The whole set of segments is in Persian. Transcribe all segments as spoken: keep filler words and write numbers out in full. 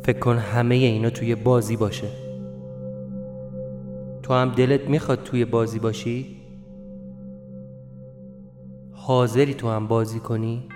فکر کن همه اینا توی بازی باشه. تو هم دلت میخواد توی بازی باشی؟ حاضری تو هم بازی کنی؟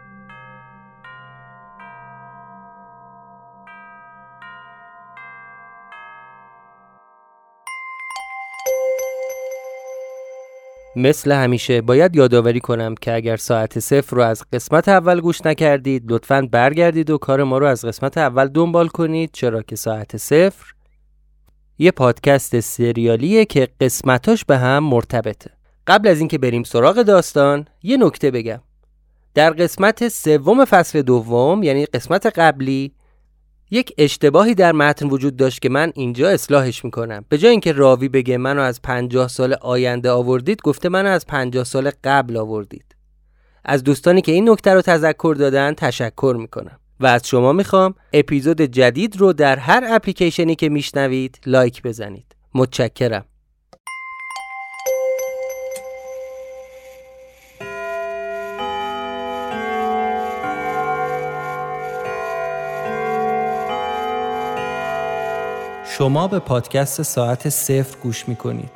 مثل همیشه باید یادآوری کنم که اگر ساعت صفر رو از قسمت اول گوش نکردید لطفاً برگردید و کار ما رو از قسمت اول دنبال کنید، چرا که ساعت صفر یه پادکست سریالیه که قسمتاش به هم مرتبطه. قبل از اینکه بریم سراغ داستان یه نکته بگم. در قسمت سوم فصل دوم، یعنی قسمت قبلی، یک اشتباهی در متن وجود داشت که من اینجا اصلاحش میکنم. به جای اینکه راوی بگه منو از پنجاه سال آینده آوردید، گفته منو از پنجاه سال قبل آوردید. از دوستانی که این نکته رو تذکر دادن تشکر میکنم و از شما میخوام اپیزود جدید رو در هر اپلیکیشنی که میشنوید لایک بزنید. متشکرم. شما به پادکست ساعت صفر گوش میکنید.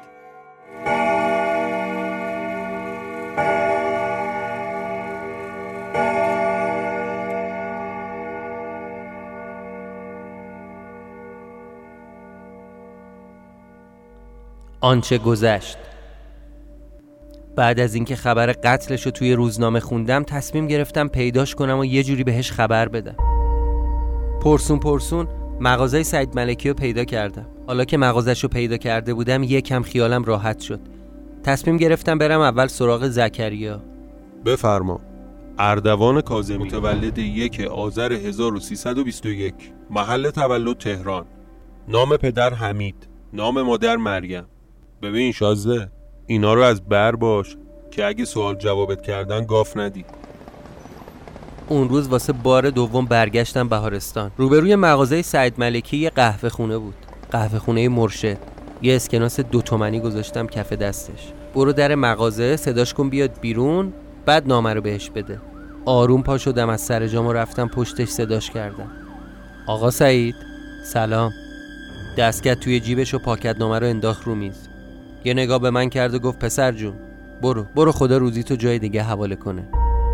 آنچه گذشت. بعد از اینکه خبر قتلش رو توی روزنامه خوندم تصمیم گرفتم پیداش کنم و یه جوری بهش خبر بدم. پرسون پرسون مغازه سعید ملکی رو پیدا کردم. حالا که مغازش رو پیدا کرده بودم یکم خیالم راحت شد. تصمیم گرفتم برم اول سراغ زکریا. بفرما. اردوان کاظمی، متولد یک آذر هزار و سیصد و بیست و یک، محل تولد تهران، نام پدر حمید، نام مادر مریم. ببین شازده، اینا رو از بر باش که اگه سوال جوابت کردن گاف ندی. اون روز واسه بار دوم برگشتم بهارستان. روبروی مغازه سعید ملکی یه قهوه خونه بود. قهوه خونه مرشد. یه اسکناس دو تومانی گذاشتم کف دستش. برو در مغازه صداش کن بیاد بیرون، بعد نامه رو بهش بده. آروم پا شدم از سر جام و رفتم پشتش صداش کردم. آقا سعید، سلام. دست کرد توی جیبش و پاکت نامه رو انداخت رو میز. یه نگاه به من کرد و گفت پسر جون برو برو خدا روزیتو جای دیگه حواله کنه.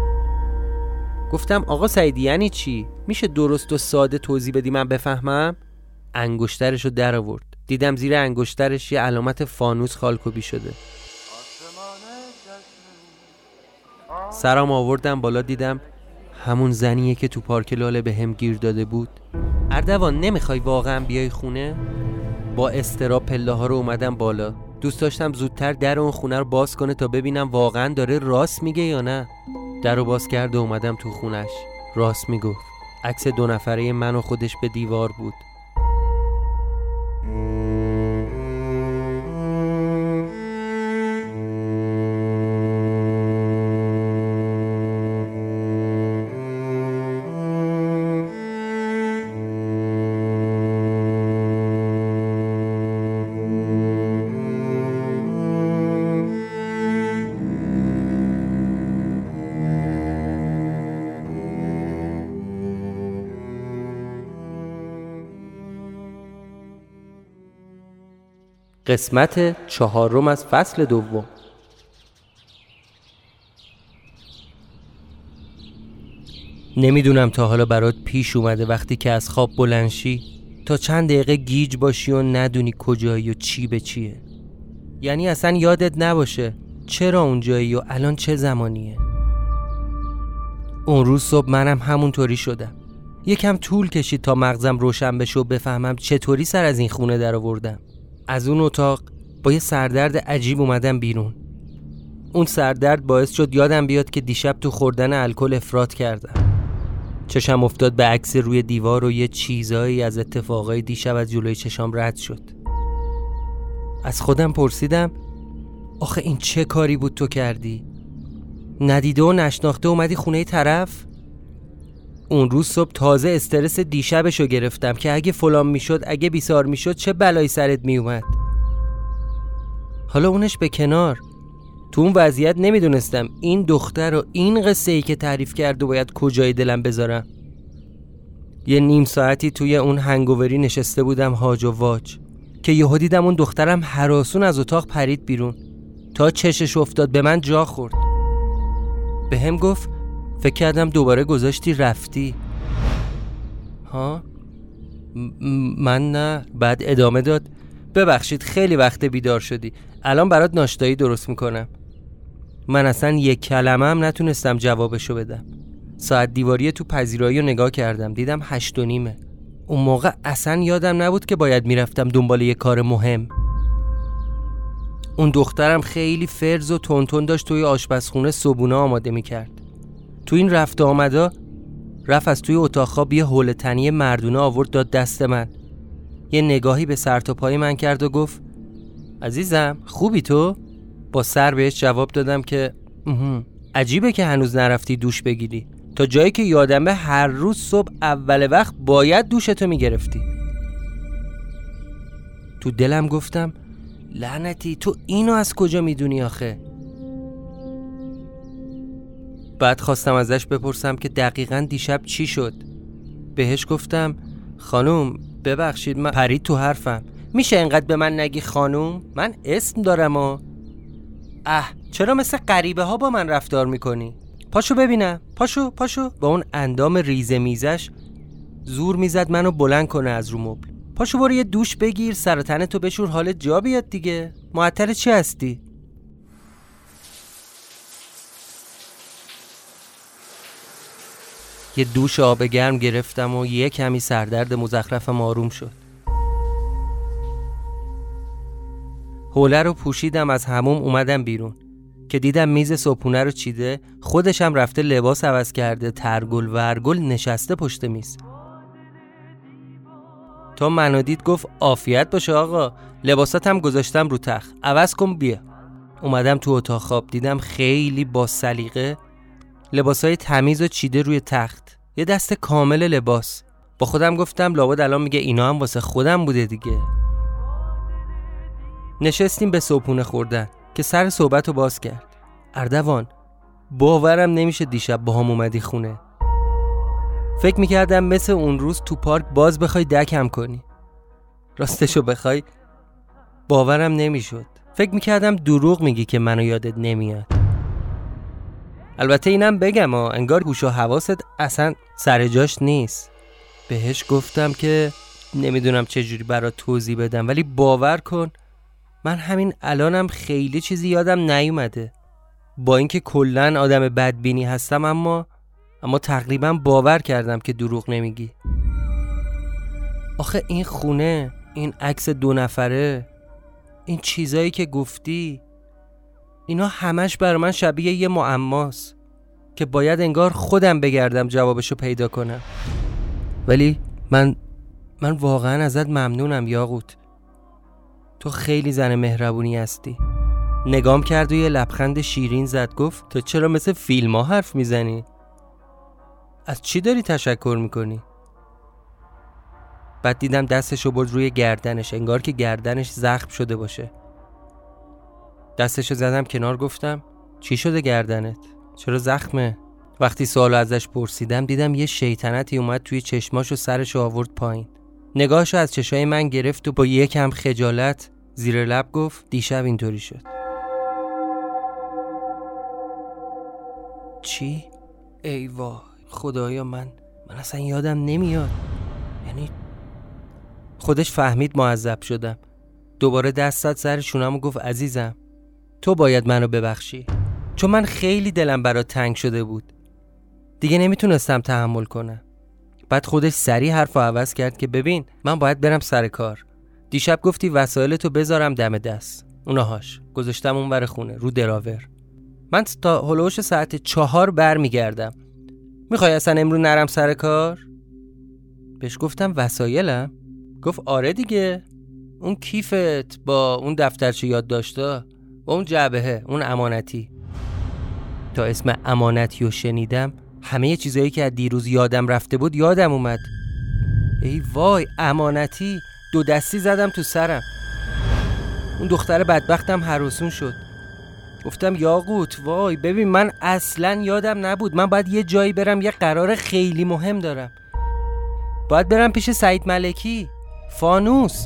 گفتم آقا سعید یعنی چی؟ میشه درست و ساده توضیح بدی من بفهمم؟ انگشترشو در آورد. دیدم زیر انگشترش یه علامت فانوس خالکوبی شده. سرام آوردم بالا، دیدم همون زنیه که تو پارک لاله به هم گیر داده بود. اردوان نمیخوای واقعا بیای خونه؟ با اضطراب پله ها رو اومدم بالا. دوست داشتم زودتر در اون خونه رو باز کنه تا ببینم واقعا داره راست میگه یا نه. در رو باز کرد و اومدم تو خونش. راست میگفت. عکس دو نفره من و خودش به دیوار بود. قسمت چهارم از فصل دوم. نمیدونم تا حالا برات پیش اومده وقتی که از خواب بلند شی تا چند دقیقه گیج باشی و ندونی کجایی و چی به چیه. یعنی اصلا یادت نباشه چرا اونجایی و الان چه زمانیه. اون روز صبح منم همونطوری شدم. یکم طول کشید تا مغزم روشن بشه و بفهمم چطوری سر از این خونه در آوردم. از اون اتاق با یه سردرد عجیب اومدم بیرون. اون سردرد باعث شد یادم بیاد که دیشب تو خوردن الکل افراط کردم. چشم افتاد به عکس روی دیوار و یه چیزایی از اتفاقای دیشب از جلوی چشام رد شد. از خودم پرسیدم آخه این چه کاری بود تو کردی؟ ندیده و نشناخته اومدی خونه طرف؟ اون روز صبح تازه استرس دیشبشو گرفتم که اگه فلان میشد، اگه بیسار میشد چه بلایی سرت میومد. حالا اونش به کنار، تو اون وضعیت نمیدونستم این دختر و این قصه ای که تعریف کرده باید کجای دلم بذارم. یه نیم ساعتی توی اون هنگووری نشسته بودم هاج و واج که یهو دیدم اون دخترم هراسون از اتاق پرید بیرون. تا چشش افتاد به من جا خورد. به هم گفت فکر کردم دوباره گذاشتی رفتی. ها؟ م- من نه. بعد ادامه داد ببخشید خیلی وقت بیدار شدی، الان برات ناشتایی درست میکنم. من اصلا یک کلمه هم نتونستم جوابشو بدم. ساعت دیواری تو پذیرایی رو نگاه کردم، دیدم هشت و نیمه. اون موقع اصلا یادم نبود که باید میرفتم دنبال یه کار مهم. اون دخترم خیلی فرز و تونتون داشت توی آشپزخونه صبونه آماده میکرد. تو این رفت آمدا رفت از توی اتاق خواب یه حوله تنی مردونه آورد داد دست من. یه نگاهی به سر تا پای من کرد و گفت عزیزم خوبی تو؟ با سر بهش جواب دادم که عجیبه که هنوز نرفتی دوش بگیری. تا جایی که یادمه هر روز صبح اول وقت باید دوشتو میگرفتی. تو دلم گفتم لعنتی تو اینو از کجا میدونی آخه؟ بعد خواستم ازش بپرسم که دقیقاً دیشب چی شد. بهش گفتم خانوم ببخشید من پرید تو حرفم، میشه انقدر به من نگی خانوم؟ من اسم دارم و اه چرا مثل غریبه ها با من رفتار میکنی؟ پاشو ببینم، پاشو پاشو. با اون اندام ریزه میزش زور میزد منو بلند کنه از رو مبل. پاشو برو یه دوش بگیر، سر و تنتو بشور، حالت جا بیاد دیگه. معطل چی هستی؟ یه دوش آب گرم گرفتم و یه کمی سردرد مزخرفم آروم شد. حوله رو پوشیدم، از حموم اومدم بیرون که دیدم میز صبحونه رو چیده، خودش هم رفته لباس عوض کرده، ترگل ورگل نشسته پشت میز. تا منو دید گفت عافیت باشه آقا، لباسات هم گذاشتم رو تخت، عوض کن بیا. اومدم تو اتاق خواب، دیدم خیلی با سلیقه لباسای تمیز و چیده روی تخت، یه دست کامل لباس. با خودم گفتم لابد الان میگه اینا هم واسه خودم بوده دیگه. نشستیم به صبحونه خوردن که سر صحبت رو باز کرد. اردوان باورم نمیشه دیشب با هم اومدی خونه. فکر میکردم مثل اون روز تو پارک باز بخوای دکم کنی. راستشو بخوای باورم نمیشد. فکر میکردم دروغ میگی که منو یادت نمیاد. البته اینم بگم ها، انگار هوش و حواست اصلا سر جاش نیست. بهش گفتم که نمیدونم چجوری برات توضیح بدم، ولی باور کن من همین الانم خیلی چیزی یادم نیومده. با اینکه کلن آدم بدبینی هستم اما اما تقریبا باور کردم که دروغ نمیگی. آخه این خونه، این عکس دو نفره، این چیزایی که گفتی، اینا همش برای من شبیه یه معماست که باید انگار خودم بگردم جوابشو پیدا کنم. ولی من من واقعا ازت ممنونم یاقوت. تو خیلی زن مهربونی هستی. نگام کرد و یه لبخند شیرین زد. گفت تو چرا مثل فیلم ها حرف میزنی؟ از چی داری تشکر میکنی؟ بعد دیدم دستشو برد روی گردنش، انگار که گردنش زخم شده باشه. دستشو زدم کنار، گفتم چی شده گردنت؟ چرا زخمه؟ وقتی سوالو ازش پرسیدم دیدم یه شیطنتی اومد توی چشماش و سرشو آورد پایین. نگاهشو از چشای من گرفت و با یکم خجالت زیر لب گفت دیشب اینطوری شد. چی؟ ای وای خدایا، من من اصلا یادم نمیاد. یعنی خودش فهمید معذب شدم. دوباره دست زد سر شونم و گفت عزیزم تو باید منو ببخشی، چون من خیلی دلم برات تنگ شده بود، دیگه نمیتونستم تحمل کنم. بعد خودش سریع حرفو عوض کرد که ببین من باید برم سر کار. دیشب گفتی وسایلتو بذارم دم دست، اونهاش گذاشتم اونور خونه رو دراور. من تا هلوش ساعت چهار بر میگردم. میخوای اصلا امرو نرم سر کار؟ بهش گفتم وسایلم؟ گفت آره دیگه، اون کیفت با اون دفترچه یادداشتا با اون جعبه، اون امانتی. تا اسم امانتی رو شنیدم همه چیزایی که از دیروز یادم رفته بود یادم اومد. ای وای امانتی، دو دستی زدم تو سرم. اون دختر بدبختم هراسون شد. گفتم یاقوت وای ببین من اصلا یادم نبود، من باید یه جایی برم، یه قرار خیلی مهم دارم. باید برم پیش سعید ملکی. فانوس.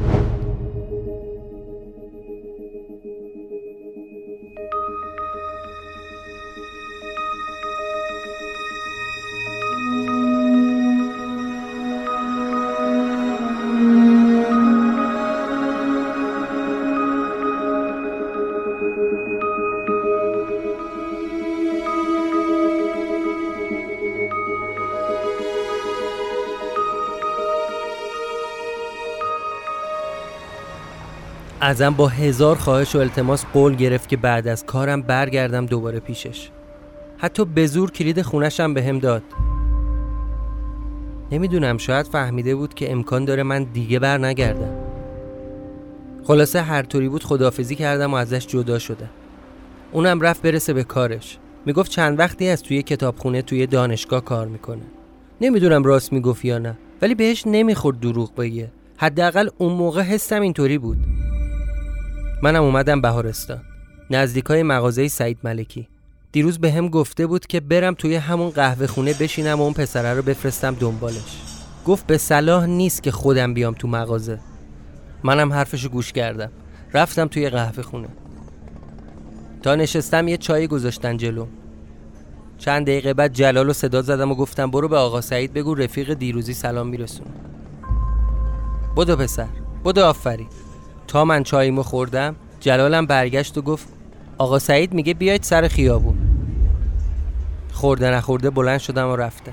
ازم با هزار خواهش و التماس قول گرفت که بعد از کارم برگردم دوباره پیشش. حتی به زور کلید خونشم به هم داد. نمیدونم، شاید فهمیده بود که امکان داره من دیگه بر نگردم. خلاصه هر طوری بود خداحافظی کردم و ازش جدا شدم. اونم رفت برسه به کارش. میگفت چند وقتی از توی کتابخونه توی دانشگاه کار میکنه. نمیدونم راست میگفت یا نه، ولی بهش نمیخورد دروغ بگه. حداقل اون موقع حسم اینطوری بود. منم اومدم بهارستان، نزدیکای مغازه سعید ملکی. دیروز به هم گفته بود که برم توی همون قهوه خونه بشینم و اون پسره رو بفرستم دنبالش. گفت به صلاح نیست که خودم بیام تو مغازه. منم حرفشو گوش کردم. رفتم توی قهوه خونه. تا نشستم یه چای گذاشتن جلو. چند دقیقه بعد جلالو صدا زدم و گفتم برو به آقا سعید بگو رفیق دیروزی سلام میرسونه. بدو پسر، بدو آفرین. تا من چاییمو خوردم جلالم برگشت و گفت آقا سعید میگه بیاید سر خیابون. خورده نخورده بلند شدم و رفتم.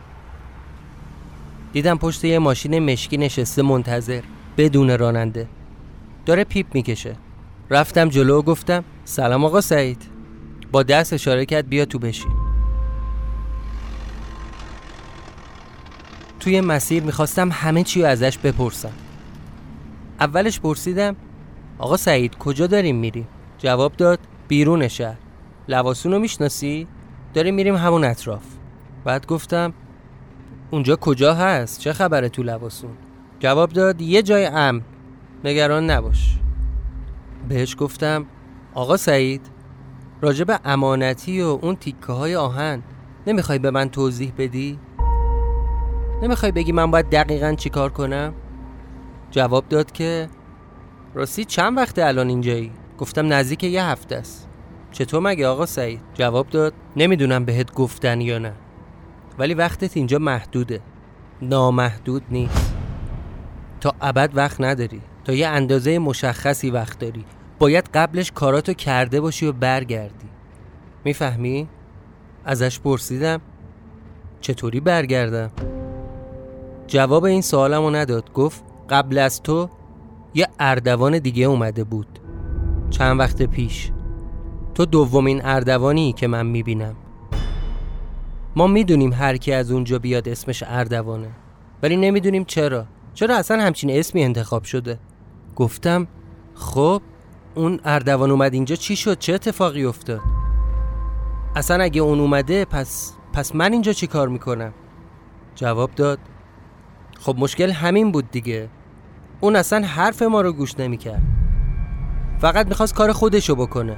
دیدم پشت یه ماشین مشکی نشسته منتظر بدون راننده، داره پیپ میکشه. رفتم جلو و گفتم سلام آقا سعید. با دست اشاره کرد بیا تو بشین. توی مسیر میخواستم همه چی رو ازش بپرسم. اولش پرسیدم آقا سعید کجا داریم میریم؟ جواب داد بیرون شهر. لواسون رو میشناسی؟ داریم میریم همون اطراف. بعد گفتم اونجا کجا هست؟ چه خبره تو لواسون؟ جواب داد یه جای امن، نگران نباش. بهش گفتم آقا سعید راجب امانتی و اون تیکه های آهن نمیخوای به من توضیح بدی؟ نمیخوای بگی من باید دقیقاً چی کار کنم؟ جواب داد که راستی چند وقته الان اینجایی؟ گفتم نزدیک یه هفته است. چطور مگه آقا سعید؟ جواب داد نمیدونم بهت گفتن یا نه، ولی وقتت اینجا محدوده، نامحدود نیست. تا ابد وقت نداری، تا یه اندازه مشخصی وقت داری. باید قبلش کاراتو کرده باشی و برگردی. میفهمی؟ ازش پرسیدم چطوری برگردم؟ جواب این سوالمو نداد. گفت قبل از تو یه اردوان دیگه اومده بود چند وقت پیش. تو دومین اردوانی که من میبینم. ما میدونیم هر کی از اونجا بیاد اسمش اردوانه، ولی نمیدونیم چرا چرا اصلا همچین اسمی انتخاب شده. گفتم خب اون اردوان اومد اینجا چی شد؟ چه اتفاقی افتاد؟ اصلا اگه اون اومده پس پس من اینجا چی کار میکنم؟ جواب داد خب مشکل همین بود دیگه. اون اصلا حرف ما رو گوش نمیکرد، فقط میخواست کار خودشو بکنه.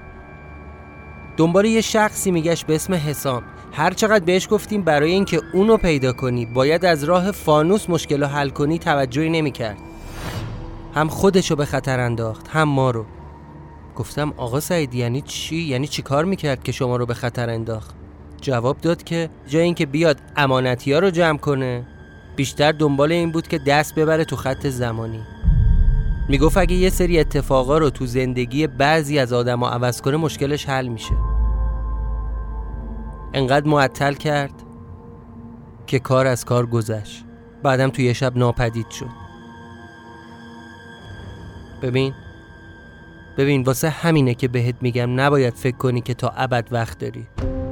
دنبال یه شخصی میگشت به اسم حسام. هر چقدر بهش گفتیم برای اینکه اونو پیدا کنی باید از راه فانوس مشکل رو حل کنی توجهی نمیکرد. هم خودشو به خطر انداخت هم ما رو. گفتم آقا سعید یعنی چی؟ یعنی چی کار میکرد که شما رو به خطر انداخت؟ جواب داد که جای اینکه بیاد امانتی‌ها رو جمع کنه بیشتر دنبال این بود که دست ببره تو خط زمانی. میگفت اگه یه سری اتفاقا رو تو زندگی بعضی از آدم‌ها عوض کنه مشکلش حل میشه. انقدر معطل کرد که کار از کار گذشت. بعدم تو یه شب ناپدید شد. ببین ببین واسه همینه که بهت میگم نباید فکر کنی که تا ابد وقت داری.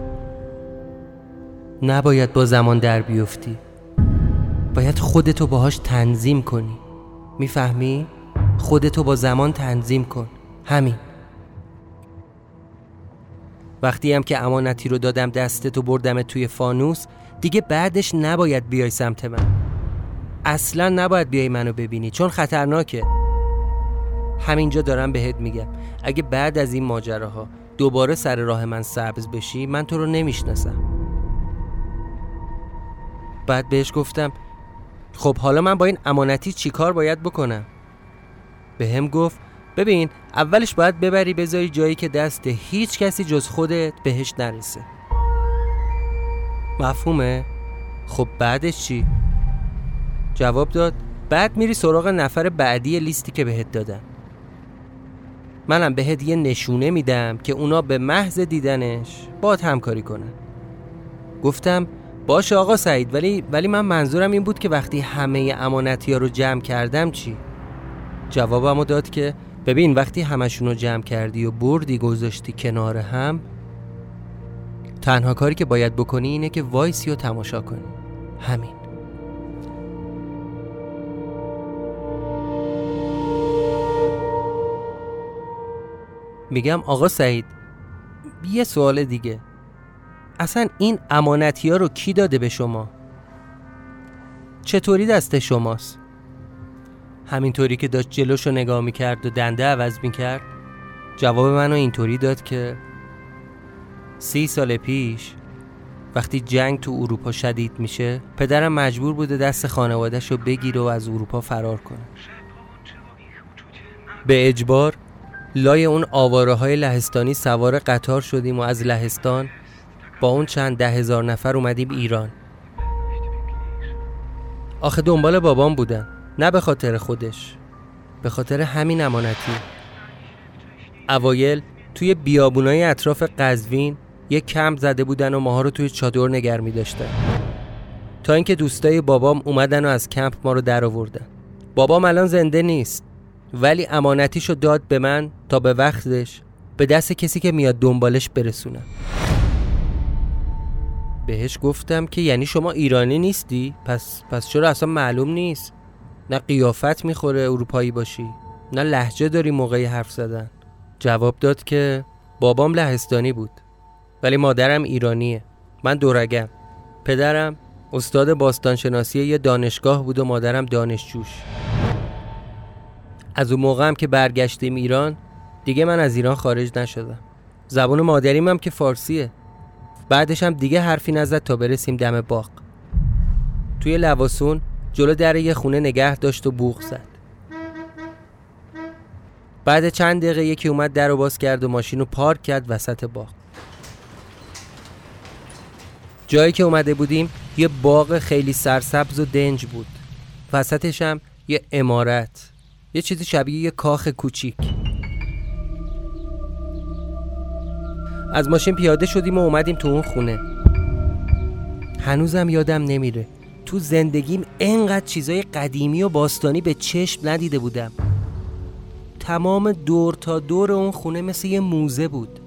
نباید با زمان در بیفتی. باید خودتو باهاش تنظیم کنی. میفهمی؟ خودتو با زمان تنظیم کن. همین. وقتی هم که امانتی رو دادم دستت و بردم توی فانوس دیگه بعدش نباید بیای سمت من. اصلا نباید بیای منو ببینی چون خطرناکه. همینجا دارم بهت میگم اگه بعد از این ماجراها دوباره سر راه من سبز بشی من تو رو نمیشناسم. بعد بهش گفتم خب حالا من با این امانتی چی کار باید بکنم؟ به هم گفت ببین اولش باید ببری بذاری جایی که دست هیچ کسی جز خودت بهش نرسه. مفهومه؟ خب بعدش چی؟ جواب داد بعد میری سراغ نفر بعدی لیستی که بهت دادم. منم بهت یه نشونه میدم که اونا به محض دیدنش باهات همکاری کنن. گفتم باشه آقا سعید، ولی ولی من منظورم این بود که وقتی همه امانتی‌ها رو جمع کردم چی؟ جوابمو داد که ببین وقتی همشون رو جمع کردی و بردی گذاشتی کنار هم، تنها کاری که باید بکنی اینه که وایسی و تماشا کنی. همین. میگم آقا سعید یه سوال دیگه، اصلا این امانتی ها رو کی داده به شما؟ چطوری دست شماست؟ همینطوری که داشت جلوشو نگاه میکرد و دنده عوض میکرد جواب منو اینطوری داد که سی سال پیش وقتی جنگ تو اروپا شدید میشه پدرم مجبور بوده دست خانواده‌شو بگیره و از اروپا فرار کنه. به اجبار لای اون آواره های لهستانی سوار قطار شدیم و از لهستان با اون چند ده هزار نفر اومدیم ایران. آخه دنبال بابام بودن، نه به خاطر خودش، به خاطر همین امانتی. اوایل توی بیابونای اطراف قزوین یک کمپ زده بودن و ماها رو توی چادر نگر می داشتن تا اینکه دوستای بابام اومدن و از کمپ ما رو در آوردن. بابام الان زنده نیست ولی امانتیشو داد به من تا به وقتش به دست کسی که میاد دنبالش برسونم. بهش گفتم که یعنی شما ایرانی نیستی؟ پس پس چرا اصلا معلوم نیست؟ نه قیافت میخوره اروپایی باشی، نه لهجه داری موقعی حرف زدن. جواب داد که بابام لهستانی بود ولی مادرم ایرانیه. من دورگم. پدرم استاد باستانشناسی یه دانشگاه بود و مادرم دانشجوش. از اون موقع هم که برگشتیم ایران دیگه من از ایران خارج نشدم. زبان مادریم هم که فارسیه. بعدش هم دیگه حرفی نزد تا برسیم دم باغ. توی لواسون جلو در یه خونه نگه داشت و بوق زد. بعد چند دقیقه یکی اومد در رو باز کرد و ماشین رو پارک کرد وسط باغ. جایی که اومده بودیم یه باغ خیلی سرسبز و دنج بود. وسطش هم یه عمارت، یه چیزی شبیه یه کاخ کوچیک. از ماشین پیاده شدیم و اومدیم تو اون خونه. هنوزم یادم نمیره تو زندگیم اینقدر چیزای قدیمی و باستانی به چشم ندیده بودم. تمام دور تا دور اون خونه مثل یه موزه بود.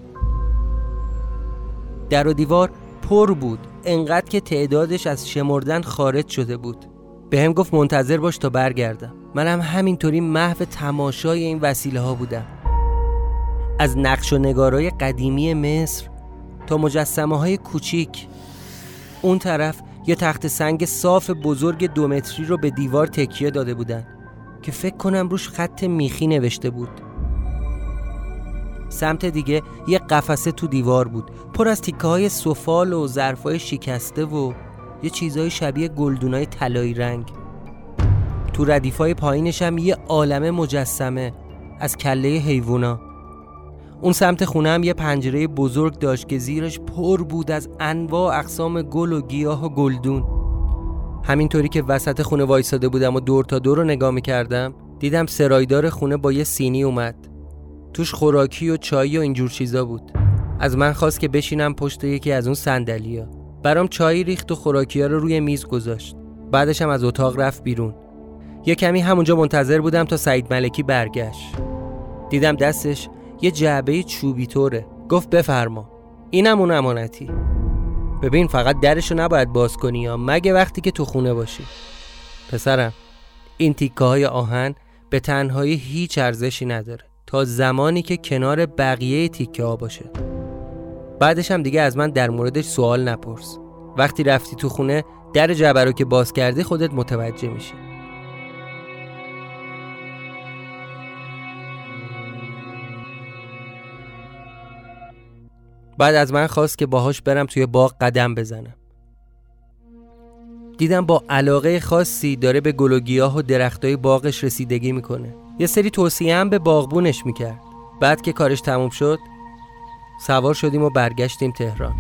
در و دیوار پر بود، اینقدر که تعدادش از شمردن خارج شده بود. به هم گفت منتظر باش تا برگردم. منم همینطوری محو تماشای این وسیله ها بودم. از نقش و نگارای قدیمی مصر تا مجسمه های کوچیک. اون طرف یه تخت سنگ صاف بزرگ دو متری رو به دیوار تکیه داده بودن که فکر کنم روش خط میخی نوشته بود. سمت دیگه یه قفسه تو دیوار بود پر از تیکه های سفال و ظرفای شکسته و یه چیزای شبیه گلدونای طلایی رنگ. تو ردیفای پایینش هم یه عالمه مجسمه از کله حیوونا. اون سمت خونه هم یه پنجره بزرگ داشت که زیرش پر بود از انواع اقسام گل و گیاه و گلدون. همینطوری که وسط خونه وایساده بودم و دور تا دور رو نگاه میکردم دیدم سرایدار خونه با یه سینی اومد. توش خوراکی و چایی و اینجور چیزا بود. از من خواست که بشینم پشت یکی از اون صندلی‌ها. برام چای ریخت و خوراکی‌ها رو روی میز گذاشت. بعدش هم از اتاق رفت بیرون. یه کمی همونجا منتظر بودم تا سعید ملکی برگشت. دیدم دستش یه جعبه چوبی طوره. گفت بفرما، اینم اون امانتی. ببین فقط درشو نباید باز کنی یا مگه وقتی که تو خونه باشی. پسرم این تیکه های آهن به تنهایی هیچ ارزشی نداره تا زمانی که کنار بقیه تیکه ها باشه. بعدش هم دیگه از من در موردش سوال نپرس. وقتی رفتی تو خونه در جعبه رو که باز کردی خودت متوجه میشی. بعد از من خواست که باهاش برم توی باغ قدم بزنم. دیدم با علاقه خاصی داره به گل و گیاه و درختای باغش رسیدگی میکنه. یه سری توصیه هم به باغبونش میکرد. بعد که کارش تموم شد سوار شدیم و برگشتیم تهران.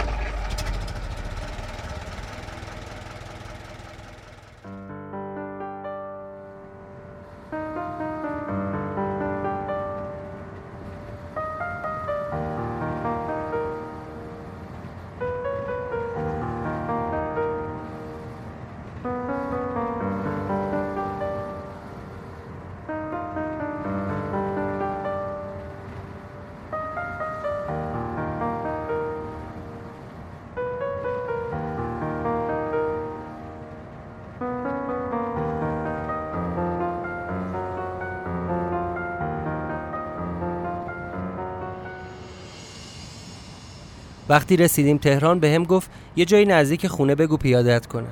وقتی رسیدیم تهران به هم گفت یه جایی نزدیک خونه بگو پیاده‌ات کنم،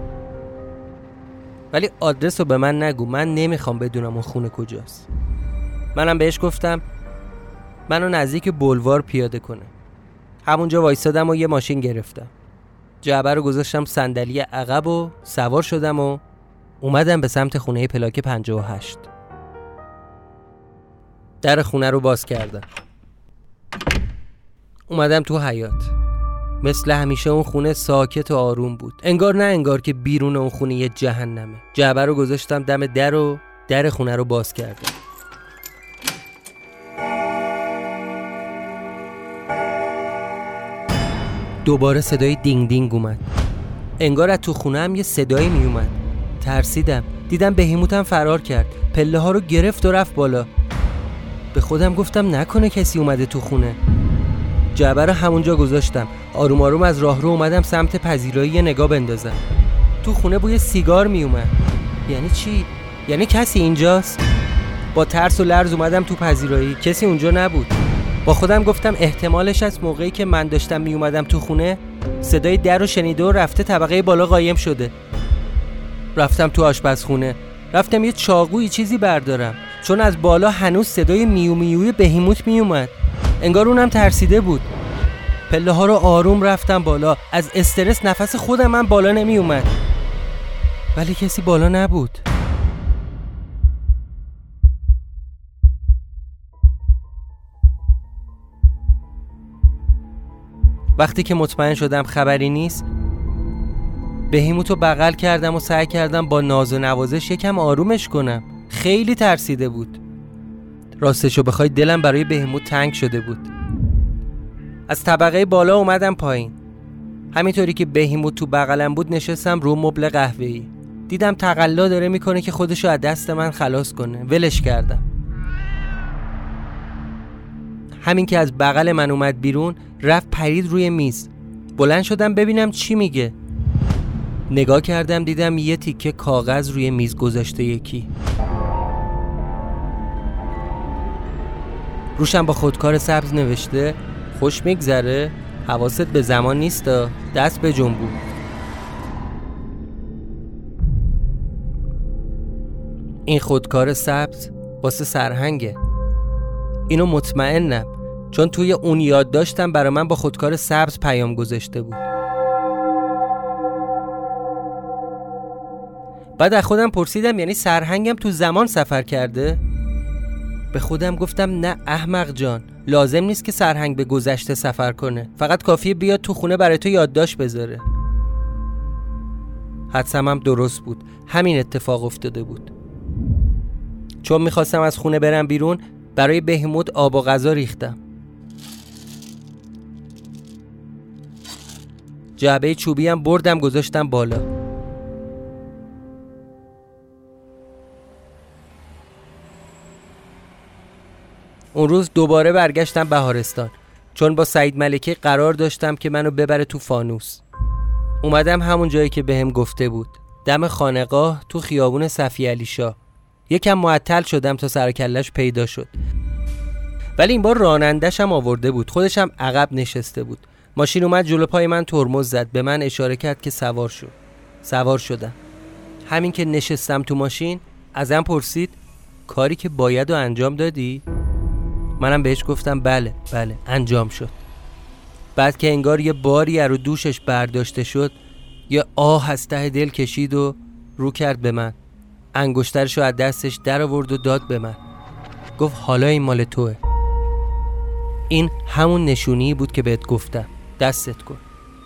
ولی آدرس رو به من نگو، من نمیخوام بدونم اون خونه کجاست. منم بهش گفتم منو نزدیک بولوار پیاده کنه. همونجا وایسادم و یه ماشین گرفتم، جعبه رو گذاشتم صندلی عقب و سوار شدم و اومدم به سمت خونه پلاک پنجاه و هشت. در خونه رو باز کردم، اومدم تو حیاط. مثل همیشه اون خونه ساکت و آروم بود، انگار نه انگار که بیرون اون خونه یه جهنمه. جعبه رو گذاشتم دم در و در خونه رو باز کردم. دوباره صدای دینگ دینگ اومد، انگار از تو خونه هم یه صدایی می اومد. ترسیدم، دیدم بهیموتم فرار کرد، پله ها رو گرفت و رفت بالا. به خودم گفتم نکنه کسی اومده تو خونه. جعبه رو همونجا گذاشتم، آروم آروم از راه رو اومدم سمت پذیرایی یه نگاه بندازم. تو خونه بوی سیگار می اومد. یعنی چی؟ یعنی کسی اینجاست؟ با ترس و لرز اومدم تو پذیرایی، کسی اونجا نبود. با خودم گفتم احتمالش از موقعی که من داشتم می اومدم تو خونه صدای در رو شنیده و رفته طبقه بالا قایم شده. رفتم تو آشپزخونه، رفتم یه چاقویی چیزی بردارم، چون از بالا هنوز صدای میو میوی بهیموت می اومد. انگار اونم ترسیده بود. پله ها رو آروم رفتم بالا، از استرس نفس خودم من بالا نمی اومد، ولی کسی بالا نبود. وقتی که مطمئن شدم خبری نیست، بهیموتو بغل کردم و سعی کردم با ناز و نوازش یکم آرومش کنم. خیلی ترسیده بود. راستشو بخوای دلم برای بهیموت تنگ شده بود. از طبقه بالا اومدم پایین. همینطوری که بهیموت تو بغلم بود نشستم رو مبل قهوه‌ای. دیدم تقلا داره میکنه که خودشو از دست من خلاص کنه. ولش کردم. همین که از بغل من اومد بیرون رفت پرید روی میز. بلند شدم ببینم چی میگه. نگاه کردم دیدم یه تیکه کاغذ روی میز گذاشته یکی. روشم با خودکار سبز نوشته خوش میگذره، حواست به زمان نیستا، دست به جنبو. این خودکار سبز واسه سرهنگه. اینو مطمئنم، چون توی اون یاد داشتم برای من با خودکار سبز پیام گذاشته بود. بعد از خودم پرسیدم یعنی سرهنگم تو زمان سفر کرده؟ به خودم گفتم نه احمق جان، لازم نیست که سرهنگ به گذشته سفر کنه، فقط کافیه بیاد تو خونه برای تو یادداشت بذاره. حدسم هم درست بود، همین اتفاق افتاده بود. چون میخواستم از خونه برم بیرون برای بهیموت آب و غذا ریختم. جعبه چوبی هم بردم گذاشتم بالا. اون روز دوباره برگشتم بهارستان، چون با سعید ملکی قرار داشتم که منو ببره تو فانوس. اومدم همون جایی که بهم گفته بود، دم خانقاه تو خیابون صفی علی شاه. یکم معطل شدم تا سر و کله‌اش پیدا شد، ولی این بار رانندش هم آورده بود، خودش هم عقب نشسته بود. ماشین اومد جلو پای من ترمز زد، به من اشاره کرد که سوار شو. سوار شدم. همین که نشستم تو ماشین ازم پرسید کاری که باید و انجام دادی؟ منم بهش گفتم بله بله انجام شد. بعد که انگار یه باری رو دوشش برداشته شد یه آه از ته دل کشید و رو کرد به من. انگشترشو از دستش در آورد و داد به من. گفت حالا این مال توه. این همون نشونی بود که بهت گفتم، دستت کن.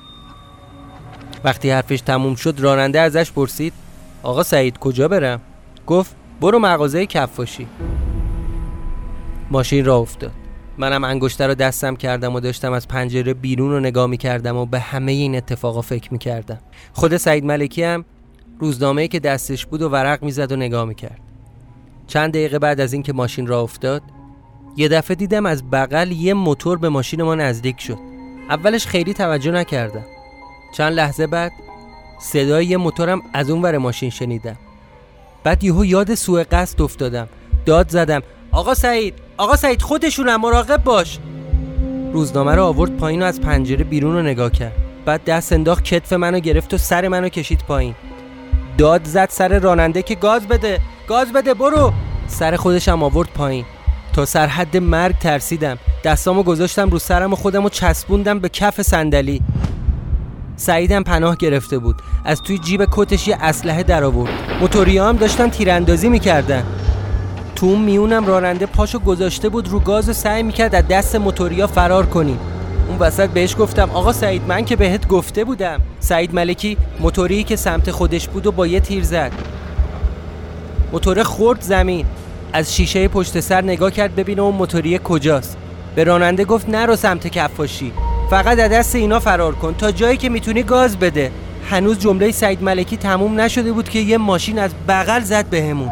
وقتی حرفش تموم شد راننده ازش پرسید آقا سعید کجا برم؟ گفت برو مغازه کفاشی. ماشین راه افتاد. منم انگشتر رو دستم کردم و داشتم از پنجره بیرون رو نگاه می کردم و به همه این اتفاقا فکر می کردم. خود سعید ملکی هم روزنامه‌ای که دستش بود و ورق می زد و نگاه می کرد. چند دقیقه بعد از این که ماشین راه افتاد یه دفعه دیدم از بغل یه موتور به ماشین ما نزدیک شد. اولش خیلی توجه نکردم. چند لحظه بعد صدای یه موتورم از اون ور ماشین شنیدم. بعد یهو یاد سوء قصد افتادم. داد زدم آقا سعید، آقا سعید خودشونم، مراقب باش. روزنامه رو آورد پایین و از پنجره بیرون رو نگاه کرد. بعد دست انداخت کتف منو گرفت و سر منو کشید پایین. داد زد سر راننده که گاز بده، گاز بده، برو. سر خودش هم آورد پایین. تا سر حد مرگ ترسیدم. دستامو گذاشتم رو سرم و خودمو چسبوندم به کف صندلی. سعیدم پناه گرفته بود. از توی جیب کتش یه اسلحه در آورد. موتوریا هم داشتن تیراندازی میکردن. تو اون میونم راننده پاشو گذاشته بود رو گاز و سعی میکرد از دست موتوریا فرار کنیم. اون وسط بهش گفتم آقا سعید من که بهت گفته بودم. سعید ملکی موتوری که سمت خودش بود و با یه تیر زد. موتور خورد زمین. از شیشه پشت سر نگاه کرد ببینه اون موتوری کجاست. به راننده گفت نرو سمت کفاشی، فقط از دست اینا فرار کن، تا جایی که میتونی گاز بده. هنوز جمله سعید ملکی تموم نشده بود که یه ماشین از بغل زد بهمون.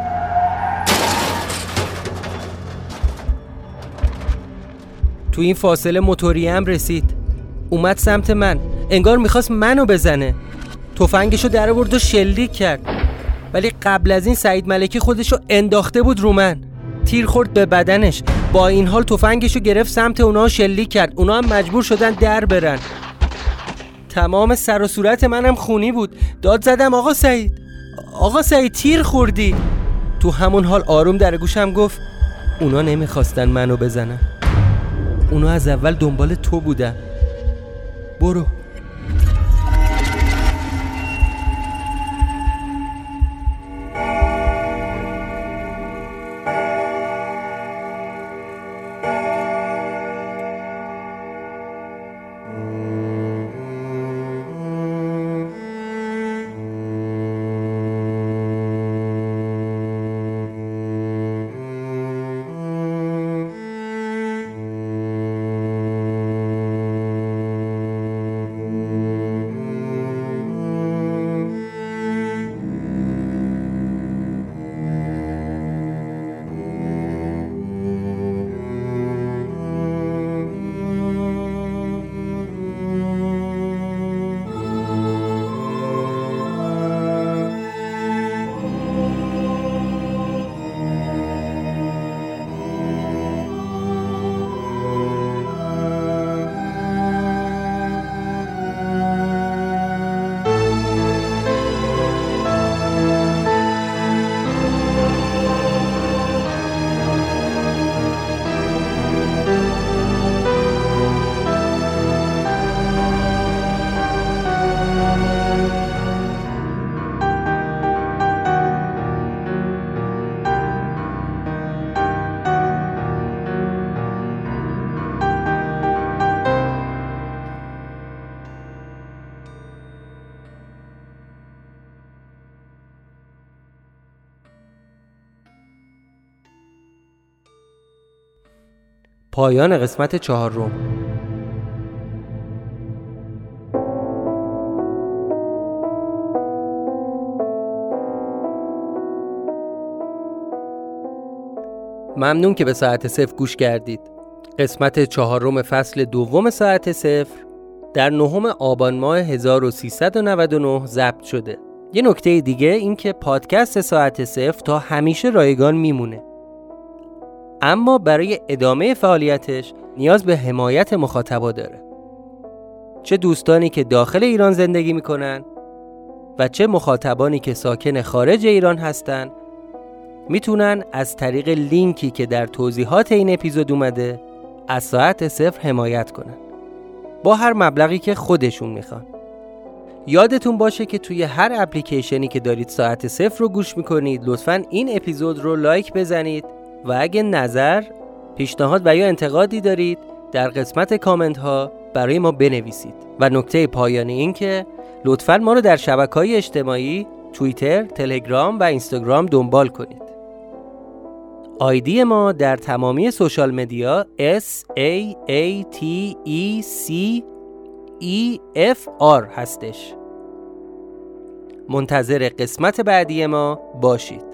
تو این فاصله موتوری هم رسید. اومد سمت من. انگار میخواست منو بزنه. تفنگشو در آورد و شلیک کرد. ولی قبل از این سعید ملکی خودشو انداخته بود رو من. تیر خورد به بدنش. با این حال تفنگشو گرفت سمت اونا و شلیک کرد. اونا هم مجبور شدن در برن. تمام سر و صورت منم خونی بود. داد زدم آقا سعید، آقا سعید تیر خوردی. تو همون حال آروم در گوشم گفت اونا نمیخواستن منو بزنن. اونا از اول دنبال تو بودن. برو. پایان قسمت چهارم. ممنون که به ساعت صفر گوش کردید. قسمت چهارم فصل دوم ساعت صفر در نهم آبان ماه هزار و سیصد و نود و نه ضبط شده. یه نکته دیگه این که پادکست ساعت صفر تا همیشه رایگان میمونه، اما برای ادامه فعالیتش نیاز به حمایت مخاطبا داره. چه دوستانی که داخل ایران زندگی میکنن و چه مخاطبانی که ساکن خارج ایران هستن میتونن از طریق لینکی که در توضیحات این اپیزود اومده از ساعت صفر حمایت کنن با هر مبلغی که خودشون میخوان. یادتون باشه که توی هر اپلیکیشنی که دارید ساعت صفر رو گوش میکنید لطفاً این اپیزود رو لایک بزنید و اگه نظر، پیشنهاد و یا انتقادی دارید در قسمت کامنت ها برای ما بنویسید. و نکته پایانی این که لطفاً ما رو در شبکه‌های اجتماعی توییتر، تلگرام و اینستاگرام دنبال کنید. آیدی ما در تمامی سوشال مدیا اس ای ای تی ای سی ای اف آر هستش. منتظر قسمت بعدی ما باشید.